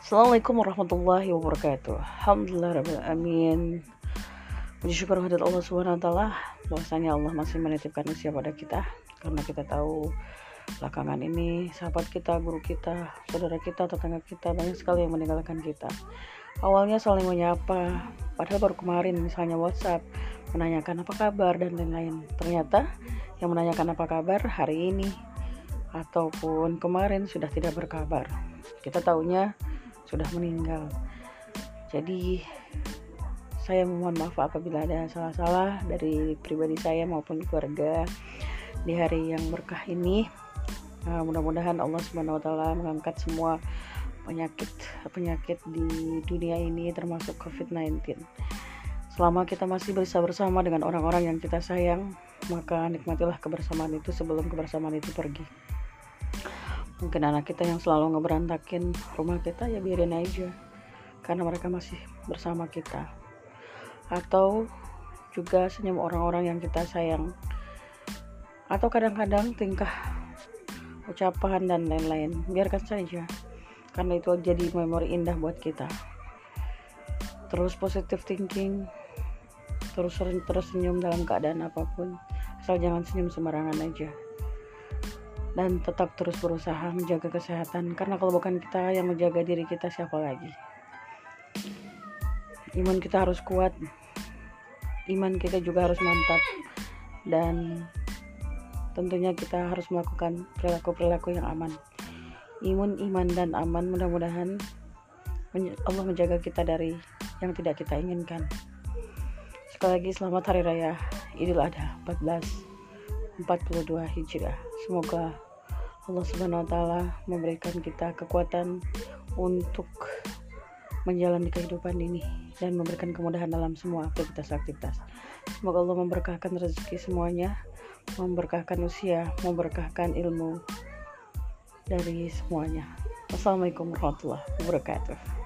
Assalamualaikum warahmatullahi wabarakatuh. Alhamdulillah rabbil alamin. Puji syukur kehadirat Allah Subhanahu wa taala bahwasanya Allah masih menitipkan usia pada kita, karena kita tahu belakangan ini sahabat kita, guru kita, saudara kita, tetangga kita banyak sekali yang meninggalkan kita. Awalnya saling menyapa, padahal baru kemarin misalnya WhatsApp menanyakan apa kabar dan lain-lain. Ternyata yang menanyakan apa kabar hari ini ataupun kemarin sudah tidak berkabar. Kita taunya sudah meninggal. Jadi saya mohon maaf apabila ada salah-salah dari pribadi saya maupun keluarga di hari yang berkah ini. Mudah-mudahan Allah Subhanahu wa taala mengangkat semua penyakit di dunia ini termasuk COVID-19. Selama kita masih bisa bersama dengan orang-orang yang kita sayang, maka nikmatilah kebersamaan itu sebelum kebersamaan itu pergi. Mungkin anak kita yang selalu ngeberantakin rumah kita, ya biarin aja, karena mereka masih bersama kita. Atau juga senyum orang-orang yang kita sayang, atau kadang-kadang tingkah, ucapan dan lain-lain, biarkan saja, karena itu jadi memori indah buat kita. Terus positive thinking, terus senyum dalam keadaan apapun, asal jangan senyum sembarangan aja. Dan tetap terus berusaha menjaga kesehatan, karena kalau bukan kita yang menjaga diri kita, siapa lagi? Iman kita harus kuat, iman kita juga harus mantap, dan tentunya kita harus melakukan perilaku-perilaku yang aman. Iman dan aman, mudah-mudahan Allah menjaga kita dari yang tidak kita inginkan. Sekali lagi selamat Hari Raya Idul Adha 1442 Hijriah. Semoga Allah Subhanahu wa taala memberikan kita kekuatan untuk menjalani kehidupan ini dan memberikan kemudahan dalam semua aktivitas. Semoga Allah memberkahkan rezeki semuanya, memberkahkan usia, memberkahkan ilmu dari semuanya. Wassalamualaikum warahmatullahi wabarakatuh.